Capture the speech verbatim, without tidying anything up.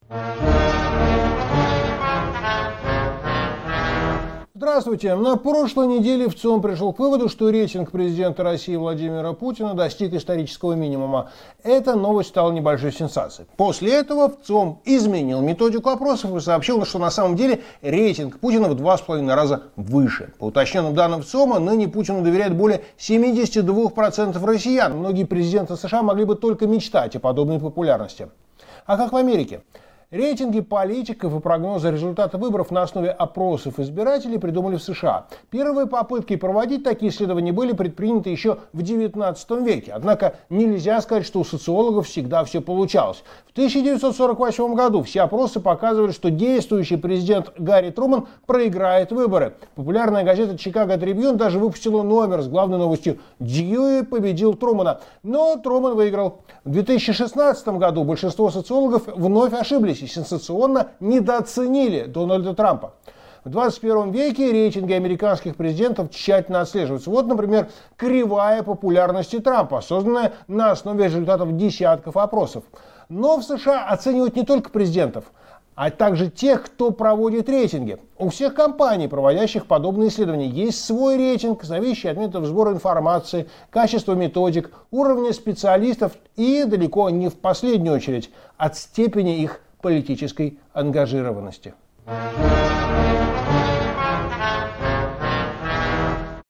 Здравствуйте. На прошлой неделе ВЦИОМ пришел к выводу, что рейтинг президента России Владимира Путина достиг исторического минимума. Эта новость стала небольшой сенсацией. После этого ВЦИОМ изменил методику опросов и сообщил, что на самом деле рейтинг Путина в два с половиной раза выше. По уточненным данным ВЦИОМа, ныне Путину доверяет более семидесяти двух процентов россиян. Многие президенты США могли бы только мечтать о подобной популярности. А как в Америке? Рейтинги политиков и прогнозы результатов выборов на основе опросов избирателей придумали в США. Первые попытки проводить такие исследования были предприняты еще в девятнадцатом веке. Однако нельзя сказать, что у социологов всегда все получалось. В тысяча девятьсот сорок восьмом году все опросы показывали, что действующий президент Гарри Трумэн проиграет выборы. Популярная газета «Чикаго Трибьюн» даже выпустила номер с главной новостью «Дьюи победил Трумэна». Но Трумэн выиграл. В две тысячи шестнадцатом году большинство социологов вновь ошиблись и сенсационно недооценили Дональда Трампа. В двадцать первом веке рейтинги американских президентов тщательно отслеживаются. Вот, например, кривая популярности Трампа, созданная на основе результатов десятков опросов. Но в США оценивают не только президентов, а также тех, кто проводит рейтинги. У всех компаний, проводящих подобные исследования, есть свой рейтинг, зависящий от методов сбора информации, качества методик, уровня специалистов и, далеко не в последнюю очередь, от степени их политической ангажированности.